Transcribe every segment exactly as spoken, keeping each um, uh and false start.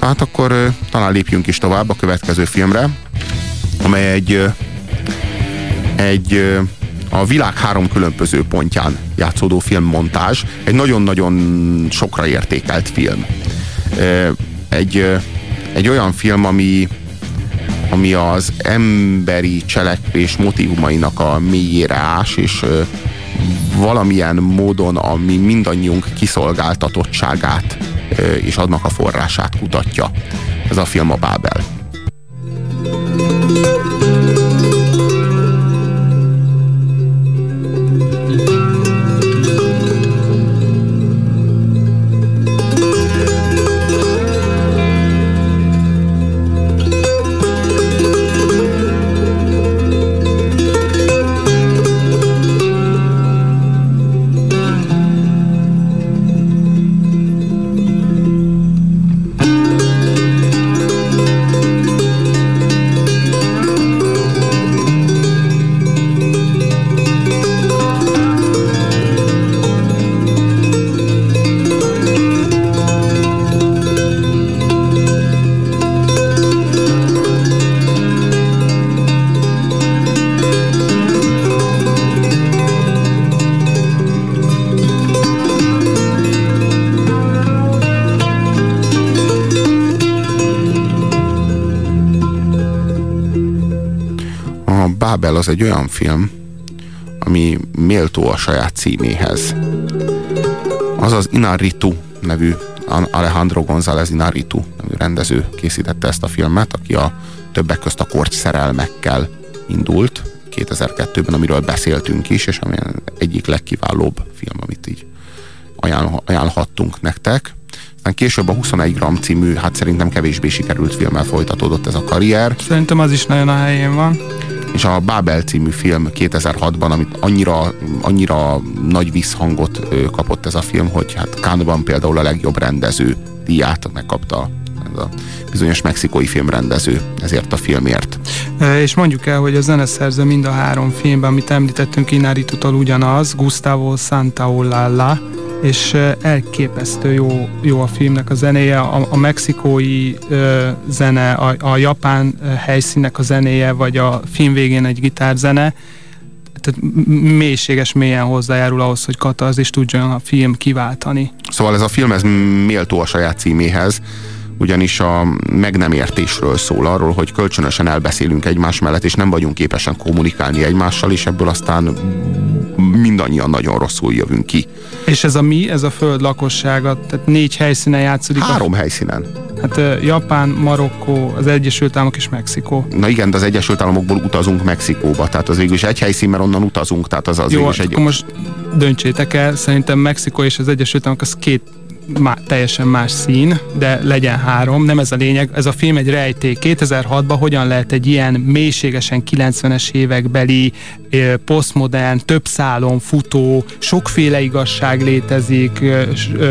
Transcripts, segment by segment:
Hát akkor talán lépjünk is tovább a következő filmre, amely egy, egy a világ három különböző pontján játszódó filmmontázs, egy nagyon-nagyon sokra értékelt film. Egy, egy olyan film, ami, ami az emberi cselekvés motívumainak a mélyére ás, és valamilyen módon a mi mindannyiunk kiszolgáltatottságát és annak a forrását kutatja. Ez a film a Bábel. Bábel az egy olyan film, ami méltó a saját címéhez. Azaz Iñárritu nevű, Alejandro González Iñárritu nevű rendező készítette ezt a filmet, aki a többek közt a Korty szerelmekkel indult kétezer-kettőben, amiről beszéltünk is, és ami egyik legkiválóbb film, amit így ajánl- ajánlhattunk nektek. Aztán később a huszonegy gram című, hát szerintem kevésbé sikerült filmmel folytatódott ez a karrier. Szerintem az is nagyon a helyén van. És a Bábel című film kétezer-hatban, amit annyira, annyira nagy visszhangot kapott ez a film, hogy hát Cannes-ban például a legjobb rendező díját megkapta ez a bizonyos mexikói filmrendező ezért a filmért. E, és mondjuk el, hogy a zeneszerző mind a három filmben, amit említettünk Iñárritutól ugyanaz, Gustavo Santaolalla, és elképesztő jó, jó a filmnek a zenéje, a, a mexikói ö, zene, a, a japán helyszínnek a zenéje, vagy a film végén egy gitárzene, tehát mélységes mélyen hozzájárul ahhoz, hogy katarzis tudjon a film kiváltani. Szóval ez a film ez méltó a saját címéhez, ugyanis a meg nem értésről szól, arról, hogy kölcsönösen elbeszélünk egymás mellett, és nem vagyunk képesen kommunikálni egymással, és ebből aztán mindannyian nagyon rosszul jövünk ki. És ez a mi, ez a föld lakossága, tehát négy helyszínen játszódik. Három a... helyszínen. Hát Japán, Marokkó, az Egyesült Államok és Mexikó. Na igen, de az Egyesült Államokból utazunk Mexikóba, tehát az végül is egy helyszín, mert onnan utazunk, tehát az az Jó, végül is egy... akkor most döntsétek el, szerintem Mexikó és az Egyesült Államok az két má, teljesen más szín, de legyen három, nem ez a lényeg, ez a film egy rejtély. kétezer-hatban hogyan lehet egy ilyen mélységesen kilencvenes évekbeli, eh, posztmodern, több szálon futó, sokféle igazság létezik, eh,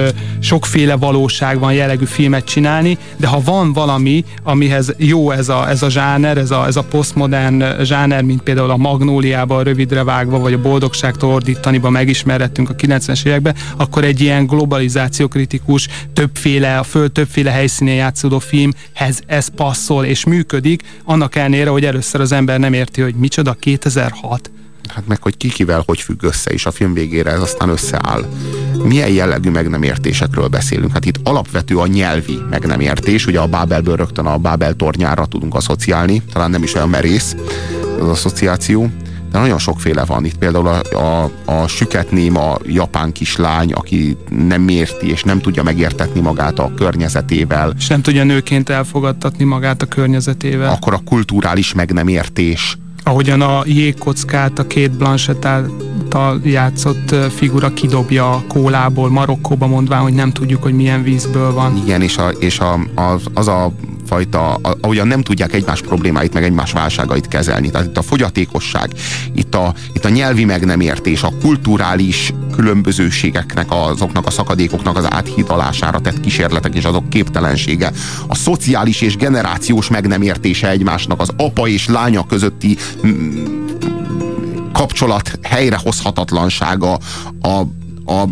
sokféle valóság van jellegű filmet csinálni, de ha van valami, amihez jó ez a, ez a zsáner, ez a, ez a posztmodern zsáner, mint például a Magnóliában rövidre vágva, vagy a Boldogságtól ordítaniban megismerhettünk a kilencvenes években, akkor egy ilyen globalizáció kritikus, többféle, a föld többféle helyszínén játszódó filmhez ez passzol és működik, annak ellenére, hogy először az ember nem érti, hogy micsoda kétezer-hat. Hát meg, hogy ki kivel hogy függ össze, és a film végére ez aztán összeáll. Milyen jellegű meg nem értésekről beszélünk? Hát itt alapvető a nyelvi meg nem értés, ugye a Bábelből rögtön a Bábel tornyára tudunk asszociálni, talán nem is olyan merész az asszociáció, de nagyon sokféle van. Itt például a, a, a süketnéma japán kislány, aki nem érti és nem tudja megértetni magát a környezetével. És nem tudja nőként elfogadtatni magát a környezetével. Akkor a kulturális meg nem értés. Ahogyan a jégkockát a Cate Blanchett által játszott figura kidobja a kólából Marokkóba, mondván, hogy nem tudjuk, hogy milyen vízből van. Igen, és, a, és a, az, az a fajta, a, ahogyan nem tudják egymás problémáit, meg egymás válságait kezelni. Tehát itt a fogyatékosság, itt a, itt a nyelvi meg nem értés, a kulturális különbözőségeknek, azoknak a szakadékoknak az áthidalására tett kísérletek és azok képtelensége, a szociális és generációs meg nem értése egymásnak, az apa és lánya közötti kapcsolat helyrehozhatatlansága, a, a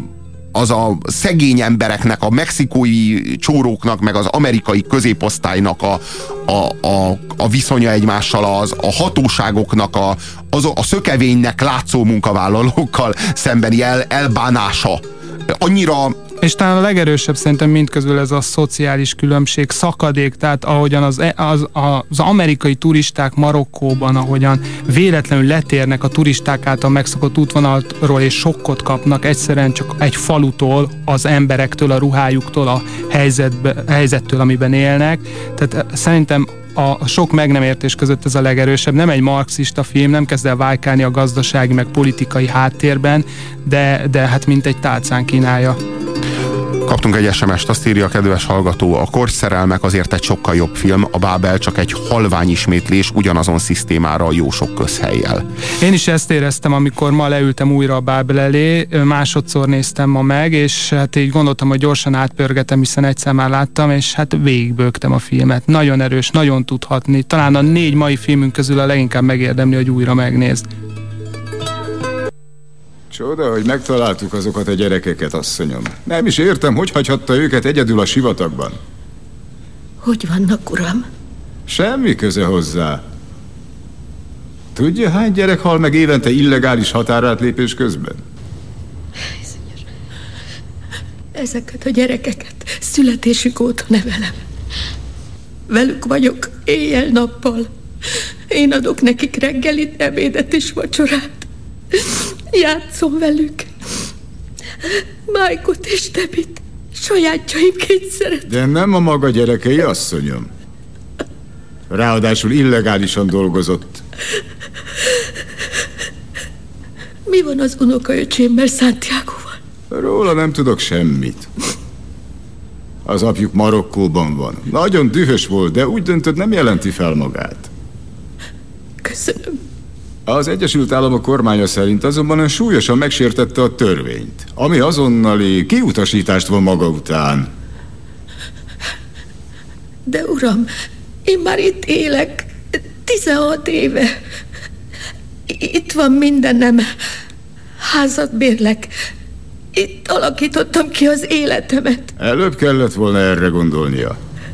az a szegény embereknek, a mexikói csóróknak, meg az amerikai középosztálynak a, a, a, a viszonya egymással, az, a hatóságoknak, a, az, a szökevénynek látszó munkavállalókkal szembeni el, elbánása. Annyira... És talán a legerősebb szerintem mindközül ez a szociális különbség, szakadék, tehát ahogyan az, az, az amerikai turisták Marokkóban, ahogyan véletlenül letérnek a turisták által megszokott útvonalról és sokkot kapnak egyszerűen csak egy falutól, az emberektől, a ruhájuktól, a helyzetbe, helyzettől, amiben élnek. Tehát szerintem a sok meg nem értés között ez a legerősebb. Nem egy marxista film, nem kezd el vájkálni a gazdasági meg politikai háttérben, de, de hát mint egy tálcán kínálja. Kaptunk egy es em est, azt írja a kedves hallgató: a Korszerelmek azért egy sokkal jobb film, a Bábel csak egy halvány ismétlés ugyanazon szisztémára jó sok közhellyel. Én is ezt éreztem, amikor ma leültem újra a Bábel elé, másodszor néztem ma meg, és hát így gondoltam, hogy gyorsan átpörgetem, hiszen egyszer már láttam, és hát végigbögtem a filmet. Nagyon erős, nagyon tudhatni. Talán a négy mai filmünk közül a leginkább megérdemli, hogy újra megnézd. Csoda, hogy megtaláltuk azokat a gyerekeket, asszonyom. Nem is értem, hogy hagyhatta őket egyedül a sivatagban. Hogy vannak, uram? Semmi köze hozzá. Tudja, hány gyerek hal meg évente illegális határátlépés közben? Ezeket a gyerekeket születésük óta nevelem. Velük vagyok éjjel-nappal. Én adok nekik reggelit, ebédet és vacsorát. Játszom velük. Mike-ot és Debit sajátjaimként szeretem. De nem a maga gyerekei, asszonyom. Ráadásul illegálisan dolgozott. Mi van az unokaöcsémmel, Santiagoval? Róla nem tudok semmit. Az apjuk Marokkóban van. Nagyon dühös volt, de úgy döntött, nem jelenti fel magát. Köszönöm. Az Egyesült Államok kormánya szerint azonban ön súlyosan megsértette a törvényt, ami azonnali kiutasítást von maga után. De uram, én már itt élek tizenhat éve. Itt van mindenem. Házat bérlek. Itt alakítottam ki az életemet. Előbb kellett volna erre gondolnia.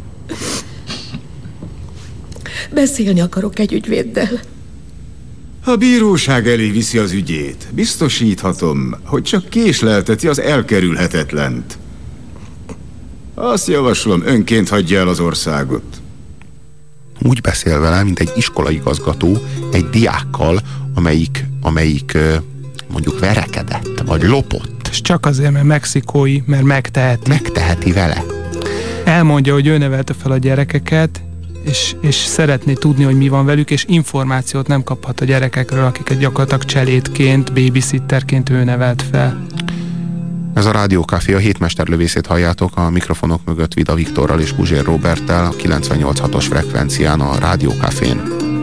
Beszélni akarok egy ügyvéddel. A bíróság elé viszi az ügyét. Biztosíthatom, hogy csak késlelteti az elkerülhetetlent. Azt javaslom, önként hagyja el az országot. Úgy beszél vele, mint egy iskolaigazgató egy diákkal, amelyik, amelyik mondjuk verekedett, vagy lopott. És csak azért, mert mexikói, mert megteheti. Megteheti vele. Elmondja, hogy ő nevelte fel a gyerekeket, És, és szeretné tudni, hogy mi van velük, és információt nem kaphat a gyerekekről, akiket gyakorlatilag cselédként, babysitterként ő nevelt fel. Ez a Rádió Café, a hétmesterlövészét halljátok, a mikrofonok mögött Vida Viktorral és Puzsér Roberttel, a kilencvennyolc hatos frekvencián, a Rádió Cafén.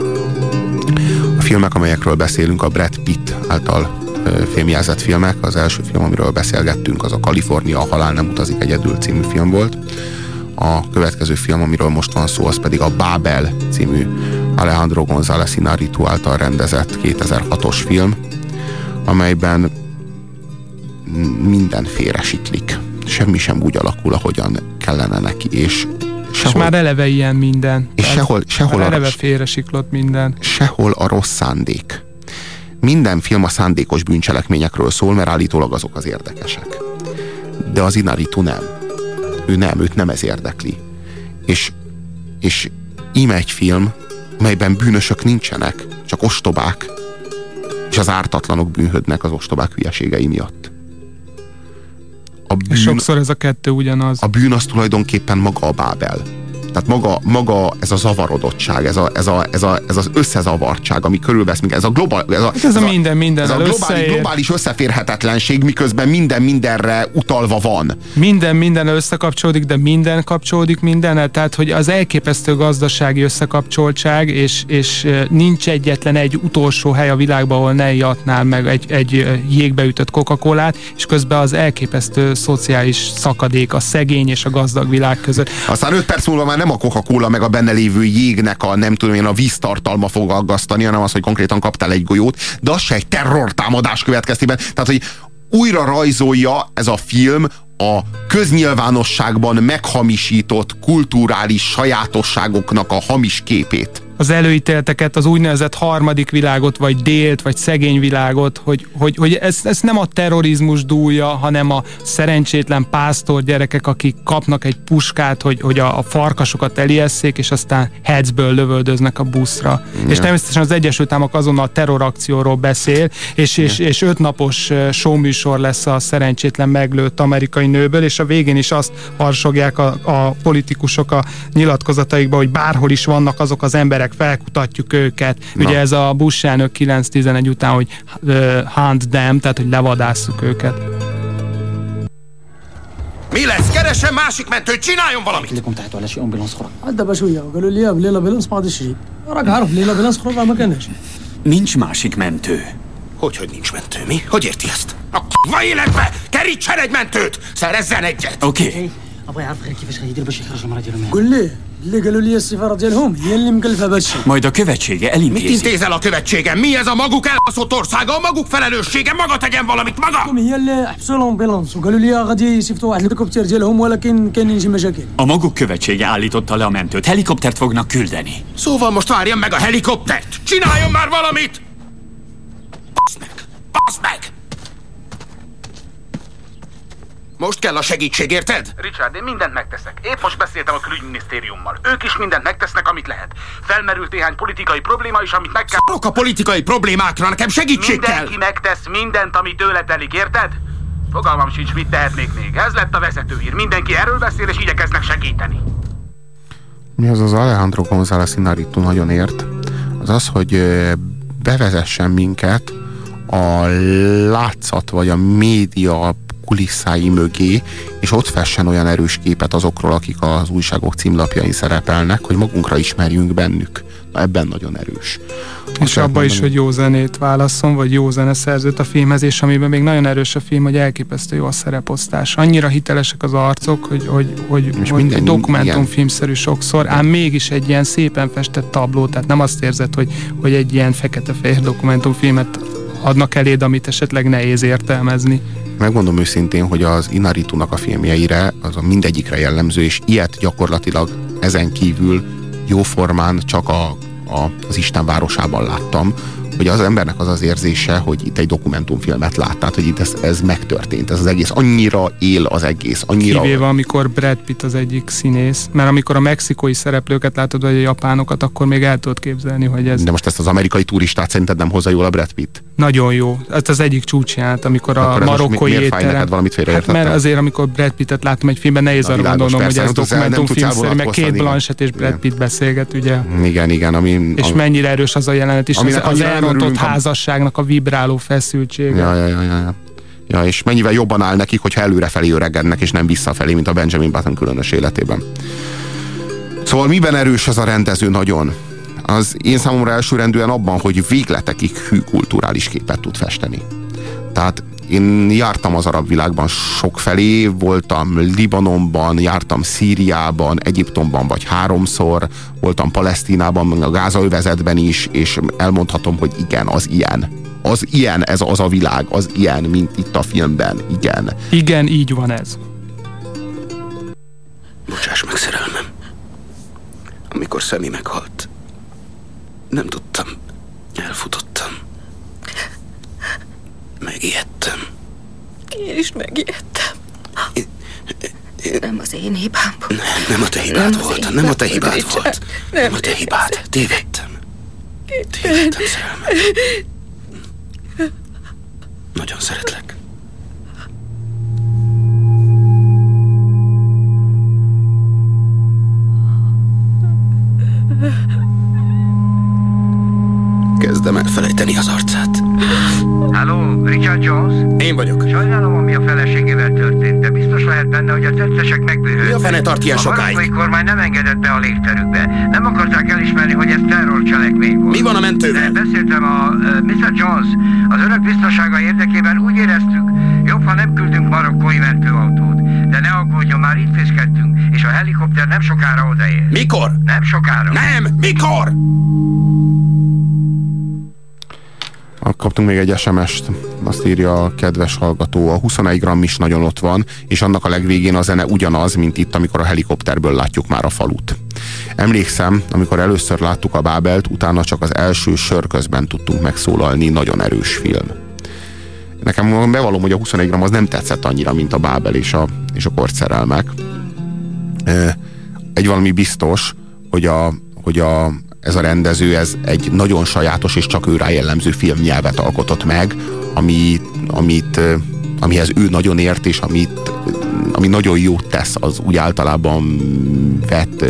A filmek, amelyekről beszélünk, a Brad Pitt által fémjelzett filmek. Az első film, amiről beszélgettünk, az a Kalifornia, a halál nem utazik egyedül című film volt. A következő film, amiről most van szó, az pedig a Bábel című Alejandro González Iñárritu által rendezett kétezer-hatos film, amelyben minden félresiklik. Semmi sem úgy alakul, ahogyan kellene neki, és sehol, és már eleve ilyen minden. És sehol, sehol eleve a, félresiklott minden. Sehol a rossz szándék. Minden film a szándékos bűncselekményekről szól, mert állítólag azok az érdekesek. De az Iñárritu nem. Ő nem, őt nem ez érdekli. És, és íme egy film, melyben bűnösök nincsenek, csak ostobák, és az ártatlanok bűnhödnek az ostobák hülyeségei miatt. A bűn, és sokszor ez a kettő ugyanaz. A bűn az tulajdonképpen maga a Bábel. Tehát maga, maga ez a zavarodottság, ez, a, ez, a, ez, a, ez az összezavartság, ami körülvesz minket, ez a, global, ez a, ez ez a minden minden ez a globális, globális összeférhetetlenség, miközben minden mindenre utalva van. Minden minden összekapcsolódik, de minden kapcsolódik mindennel, tehát hogy az elképesztő gazdasági összekapcsoltság, és, és nincs egyetlen egy utolsó hely a világban, ahol ne ihatnál meg egy, egy jégbe ütött Coca-Colát, és közben az elképesztő szociális szakadék a szegény és a gazdag világ között. Aztán öt perc múlva már nem a Coca-Cola meg a benne lévő jégnek a nem tudom én a víztartalma fog aggasztani, hanem az, hogy konkrétan kaptál egy golyót, de az se egy terrortámadás következtében. Tehát, hogy újra rajzolja ez a film a köznyilvánosságban meghamisított kulturális sajátosságoknak a hamis képét. Az előítéleteket, az úgynevezett harmadik világot, vagy délt, vagy szegény világot, hogy, hogy, hogy ez, ez nem a terrorizmus dúlja, hanem a szerencsétlen pásztor gyerekek, akik kapnak egy puskát, hogy, hogy a, a farkasokat eliesszék, és aztán Hetzből lövöldöznek a buszra. Ja. És természetesen az Egyesült Államok azonnal a terrorakcióról beszél, és, és, ja. és ötnapos showműsor lesz a szerencsétlen meglőtt amerikai nőből, és a végén is azt harsogják a, a politikusok a nyilatkozataikban, hogy bárhol is vannak azok az emberek, felkutatjuk őket. Na. Ugye ez a Bush elnök kilenc tizenegy után, hogy uh, hunt them, tehát hogy levadásszuk őket. Mi lesz? Keresem másik mentőt, csináljon valamit! لكم تحت على شيء امبولانس اخرى عدى بشويه وقالوا لي قبل الامبولانس بعض الشيء راجع عرف ليه الامبولانس اخرى ما كانش Nincs másik mentő. Hogy, hogy nincs mentő? Mi? Hogy érti ezt? A k***va életbe! Kerítsen egy mentőt! Szerezzen egyet! Oké. Okay. ابغى يعرف غير كيفاش غيدير باش يخرجوا من رجل قول ليه اللي قالوا لي السفاره ديالهم هي اللي مكلفه بهادشي. Majd a követsége elintézi. Mit intézel a követségem? Mi ez a maguk elbaszott országa? A maguk felelőssége? Maga tegyen valamit, maga! هي اللي حبسوا الامبولانس وقالوا لي غادي يصيفطوا واحد الهليكوبتر ديالهم ولكن كاينين شي مشاكل. A maguk követsége állította le a mentőt. Helikoptert fognak küldeni. Szóval most várjam meg a helikoptert! Csináljon már valamit! Basz meg! Basz meg! Most kell a segítség, érted? Richard, én mindent megteszek. Épp most beszéltem a külügyminisztériummal. Ők is mindent megtesznek, amit lehet. Felmerült néhány politikai probléma is, amit meg kell... Szarok a politikai problémákra, nekem segítség Mindenki kell! Mindenki megtesz mindent, ami tőle telik, érted? Fogalmam sincs, mit tehetnék még. Ez lett a vezetőhír. Mindenki erről beszél, és igyekeznek segíteni. Mi az az Alejandro González Iñárritu nagyon ért, az az, hogy bevezessen minket a látszat, vagy a média kulisszái mögé, és ott fessen olyan erős képet azokról, akik az újságok címlapjain szerepelnek, hogy magunkra ismerjünk bennük. Na, ebben nagyon erős. És abban is, hogy jó zenét válasszon, vagy jó zeneszerzőt a filmhez, és amiben még nagyon erős a film, hogy elképesztő jó a szereposztás. Annyira hitelesek az arcok, hogy, hogy, hogy, hogy minden, dokumentumfilmszerű sokszor, ám mégis egy ilyen szépen festett tabló, tehát nem azt érzed, hogy, hogy egy ilyen fekete-fehér dokumentumfilmet adnak eléd, amit esetleg nehéz értelmezni. Megmondom őszintén, hogy az Iñárritunak a filmjeire, az a mindegyikre jellemző, és ilyet gyakorlatilag ezen kívül jóformán csak a, a, az Isten városában láttam, hogy az embernek az az érzése, hogy itt egy dokumentumfilmet lát, tehát hogy itt ez, ez megtörtént, ez az egész, annyira él az egész, annyira... Kivéve, amikor Brad Pitt az egyik színész, mert amikor a mexikói szereplőket látod, vagy a japánokat, akkor még el tudod képzelni, hogy ez... De most ezt az amerikai turistát szerinted nem hozza jól a Brad Pitt? Nagyon jó. Ez az egyik csúcsját, amikor a akkor marokkói étterem... Hát mert azért, amikor Brad Pittet láttam egy filmben, nehéz arra gondolnom, hogy ez dokumentumfilmszerű, mert Kate Blanchett és Brad Pitt beszélget, ugye? Igen, igen. Ami, és mennyire erős az a jelenet is, az, az elrontott házasságnak a vibráló feszültsége. Ja, ja, ja, ja. Ja, és mennyivel jobban áll nekik, hogyha előrefelé öregednek, és nem visszafelé, mint a Benjamin Button különös életében. Szóval miben erős ez a rendező nagyon? Az én számomra elsőrendűen abban, hogy végletekig hű kulturális képet tud festeni. Tehát én jártam az arab világban sokfelé, voltam Libanonban, jártam Szíriában, Egyiptomban vagy háromszor, voltam Palesztinában, a Gázaövezetben is, és elmondhatom, hogy igen, az ilyen. Az ilyen, ez az a világ, az ilyen, mint itt a filmben, igen. Igen, így van ez. Bocsáss meg, szerelmem. Amikor Szemi meghalt, nem tudtam, elfutottam. Megijedtem. Én is megijedtem. Én, én... Nem az én hibám volt. Nem, nem a te hibád nem volt. Nem a te hibád Richard. volt. Nem, nem a te hibád. Tévedtem. Tévedtem, szerelmem. Nagyon szeretlek. Kezdem elfelejteni az arcát. Hello, Richard Jones? Én vagyok. Sajnálom, ami a feleségével történt, de biztos lehet benne, hogy a tettesek megbűnődtek. Mi a fene tart ilyen sokáig? A marokkai kormány nem engedett be a légterükbe. Nem akarták elismerni, hogy ez terrorcselekmény volt. Mi van a mentővel? De beszéltem a uh, miszter Jones. Az önök biztonsága érdekében úgy éreztük, jobb, ha nem küldünk marokkói mentőautót. De ne aggódjon, már intézkedtünk, és a helikopter nem sokára odaér. Mikor? Nem sokára. Nem! Mikor? Kaptunk még egy es em est, azt írja a kedves hallgató, a huszonegy gramm is nagyon ott van, és annak a legvégén a zene ugyanaz, mint itt, amikor a helikopterből látjuk már a falut. Emlékszem, amikor először láttuk a Bábelt, utána csak az első sör közben tudtunk megszólalni, nagyon erős film. Nekem bevallom, hogy a huszonegy gramm az nem tetszett annyira, mint a Bábel és a, és a Kortszerelmek. Egy valami biztos, hogy, a, hogy a, ez a rendező ez egy nagyon sajátos és csak ő rá jellemző filmnyelvet alkotott meg, ami, amit, amihez ő nagyon ért, és amit, ami nagyon jót tesz az úgy általában vett,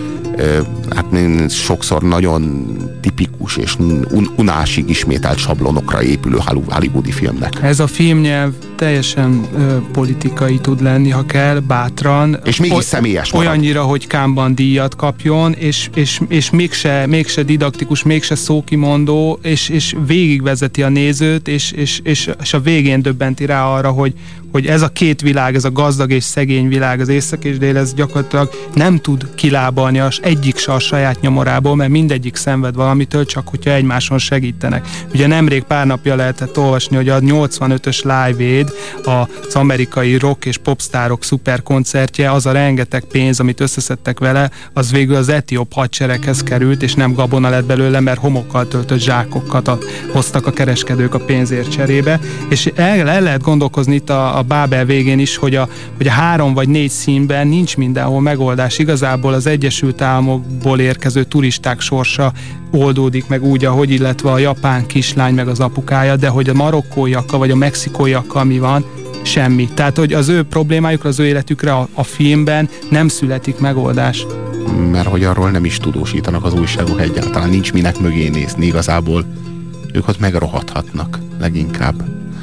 hát sokszor nagyon tipikus és un- unásig ismételt sablonokra épülő hollywoodi filmnek. Ez a filmnyelv teljesen ö, politikai tud lenni, ha kell, bátran. És mégis személyes marad. Olyannyira, hogy Cannes-ban díjat kapjon, és, és, és mégse, mégse didaktikus, mégse szókimondó, és, és végigvezeti a nézőt, és, és, és, és a végén döbbenti rá arra, hogy, hogy ez a két világ, ez a gazdag és szegény világ, az észak és dél, ez gyakorlatilag nem tud kilábalni az egyik se a saját nyomorából, mert mindegyik szenved valamitől, csak hogyha egymáson segítenek. Ugye nemrég pár napja lehetett olvasni, hogy a nyolcvanötös Live Aid, az amerikai rock és popstárok szuperkoncertje, az a rengeteg pénz, amit összeszedtek vele, az végül az etióp hadsereghez került, és nem gabona lett belőle, mert homokkal töltött zsákokat a, hoztak a kereskedők a pénzért cserébe. És el, el lehet gondolkozni itt a, a Bábel végén is, hogy a, hogy a három vagy négy színben nincs mindenhol megoldás. Igazából az Egyesült Államokból érkező turisták sorsa oldódik meg úgy, ahogy, illetve a japán kislány meg az apukája, de hogy a marokkóiakkal vagy a mexikóiakkal mi van, semmi. Tehát, hogy az ő problémájukra, az ő életükre a, a filmben nem születik megoldás. Mert hogy arról nem is tudósítanak az újságok egyáltalán, nincs minek mögé nézni igazából. Ők ott megrohadhatnak leginkább.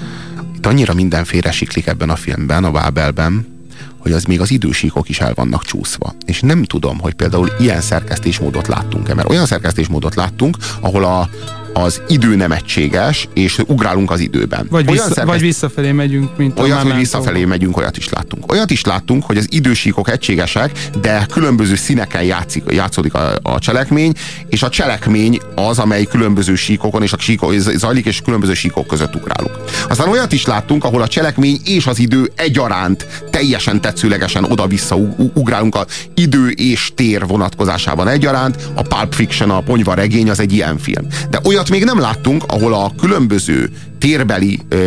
Itt annyira mindenféle siklik ebben a filmben, a Bábelben, hogy az még az idősíkok is el vannak csúszva. És nem tudom, hogy például ilyen szerkesztésmódot láttunk-e, mert olyan szerkesztésmódot láttunk, ahol a, az idő nem egységes, és ugrálunk az időben. Vagy, vissza, szerkeszt... vagy visszafelé megyünk, mint olyat, hogy visszafelé megyünk, olyat is láttunk. Olyat is láttunk, hogy az idősíkok egységesek, de különböző színeken játszik, játszódik a, a cselekmény, és a cselekmény az, amely különböző síkokon és a síkok zajlik, és különböző síkok között ugrálunk. Aztán olyat is láttunk, ahol a cselekmény és az idő egyaránt teljesen tetszőlegesen oda-vissza ugrálunk az idő és tér vonatkozásában egyaránt. A Pulp Fiction, a Ponyva regény az egy ilyen film. De olyat még nem láttunk, ahol a különböző térbeli ö,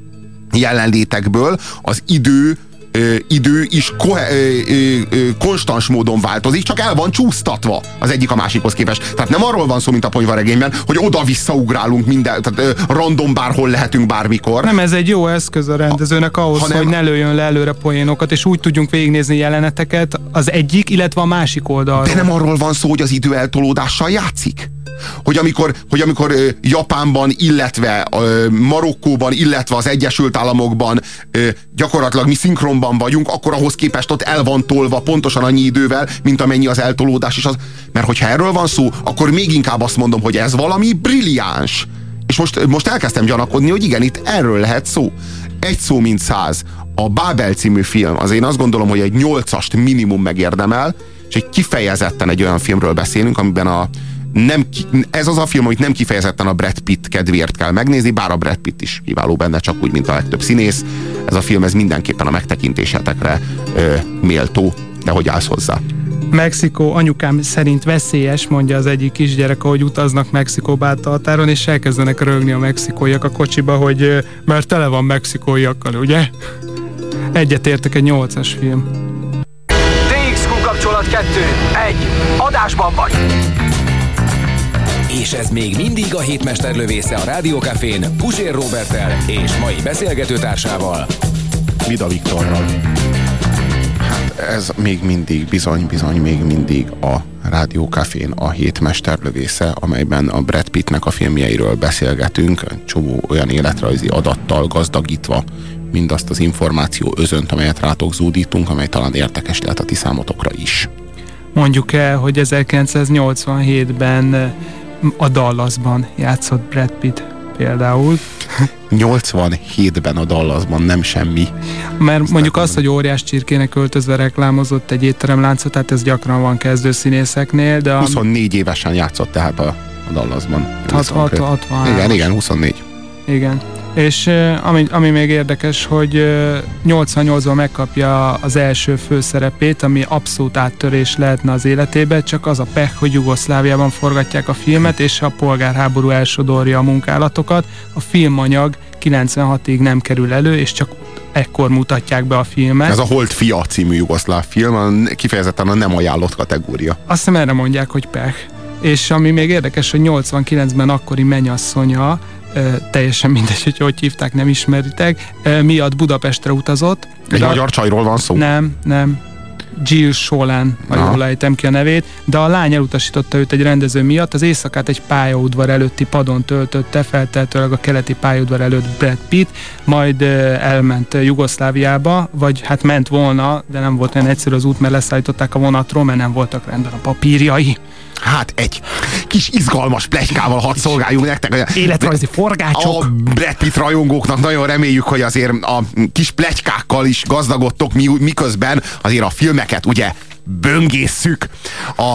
jelenlétekből az idő ö, idő is kohe, ö, ö, ö, konstans módon változik, csak el van csúsztatva az egyik a másikhoz képest. Tehát nem arról van szó, mint a Ponyva regényben, hogy oda-vissza ugrálunk minden, tehát ö, random bárhol lehetünk bármikor. Nem, ez egy jó eszköz a rendezőnek ahhoz, hanem, hogy ne lőjön le előre poénokat, és úgy tudjunk végignézni jeleneteket az egyik, illetve a másik oldalról. De nem arról van szó, hogy az idő eltolódással játszik. Hogy amikor, hogy amikor ö, Japánban, illetve ö, Marokkóban, illetve az Egyesült Államokban ö, gyakorlatilag mi szinkronban vagyunk, akkor ahhoz képest ott el van tolva pontosan annyi idővel, mint amennyi az eltolódás is az. Mert hogyha erről van szó, akkor még inkább azt mondom, hogy ez valami brilliáns. És most, most elkezdtem gyanakodni, hogy igen, itt erről lehet szó. Egy szó mint száz. A Bábel című film, az én azt gondolom, hogy egy nyolcast minimum megérdemel, és egy kifejezetten egy olyan filmről beszélünk, amiben a Nem, ez az a film, amit nem kifejezetten a Brad Pitt kedvéért kell megnézni, bár a Brad Pitt is kiváló benne, csak úgy, mint a legtöbb színész. Ez a film, ez mindenképpen a megtekintésetekre ö, méltó, de hogy állsz hozzá? Mexikó anyukám szerint veszélyes, mondja az egyik kisgyerek, ahogy utaznak Mexikóba át a határon, és elkezdenek rögni a mexikóiak a kocsiba, hogy mert tele van mexikóiakkal, ugye? Egyetértek, egy nyolcas film. té iksz kú kapcsolat kettő, egy, adásban vagy! És ez még mindig a hétmester lövésze a Rádiókafén Puzsér Róberttel és mai beszélgetőtársával, Vida Viktorral. Hát ez még mindig, bizony, bizony még mindig a Rádiókafén a hétmester lövésze, amelyben a Brad Pittnek a filmjeiről beszélgetünk, csomó olyan életrajzi adattal gazdagítva mindazt az információ özönt, amelyet rátok zúdítunk, amely talán érdekes lehet a ti számotokra is. Mondjuk el, hogy ezerkilencszáznyolcvanhétben a Dallasban játszott Brad Pitt például. nyolcvanhétben a Dallasban, nem semmi. Mert Azt mondjuk azt, hogy óriás csirkének öltözve reklámozott egy étteremláncot, tehát ez gyakran van kezdőszínészeknél, de... A... huszonnégy évesen játszott tehát a a Dallasban. hatvan Igen, igen, huszonnégy. Igen. És ami, ami még érdekes, hogy nyolcvannyolcban megkapja az első főszerepét, ami abszolút áttörés lehetne az életébe, csak az a pech, hogy Jugoszláviában forgatják a filmet, és a polgárháború elsodorja a munkálatokat. A filmanyag kilencvenhatig nem kerül elő, és csak ekkor mutatják be a filmet. Ez a Holt fia című jugoszláv film, kifejezetten a nem ajánlott kategória. Azt hiszem erre mondják, hogy pech. És ami még érdekes, hogy nyolcvankilencben akkori mennyasszonya, teljesen mindegy, hogy hogy hívták, nem ismeritek, miatt Budapestre utazott. Egy magyar a... csajról van szó? Nem, nem. Jill Solán, ha jól ejtem ki a nevét, de a lány elutasította őt egy rendező miatt, az éjszakát egy pályaudvar előtti padon töltötte, feltehetőleg a keleti pályaudvar előtt Brad Pitt, majd elment Jugoszláviába, vagy hát ment volna, de nem volt olyan egyszerű az út, mert leszállították a vonatról, mert nem voltak rendben a papírjai. Hát egy kis izgalmas pletykával hadd szolgáljunk nektek. Életrajzi forgácsok. A Brad Pitt rajongóknak nagyon reméljük, hogy azért a kis pletykákkal is gazdagodtok, miközben azért a filmeket ugye böngészszük. A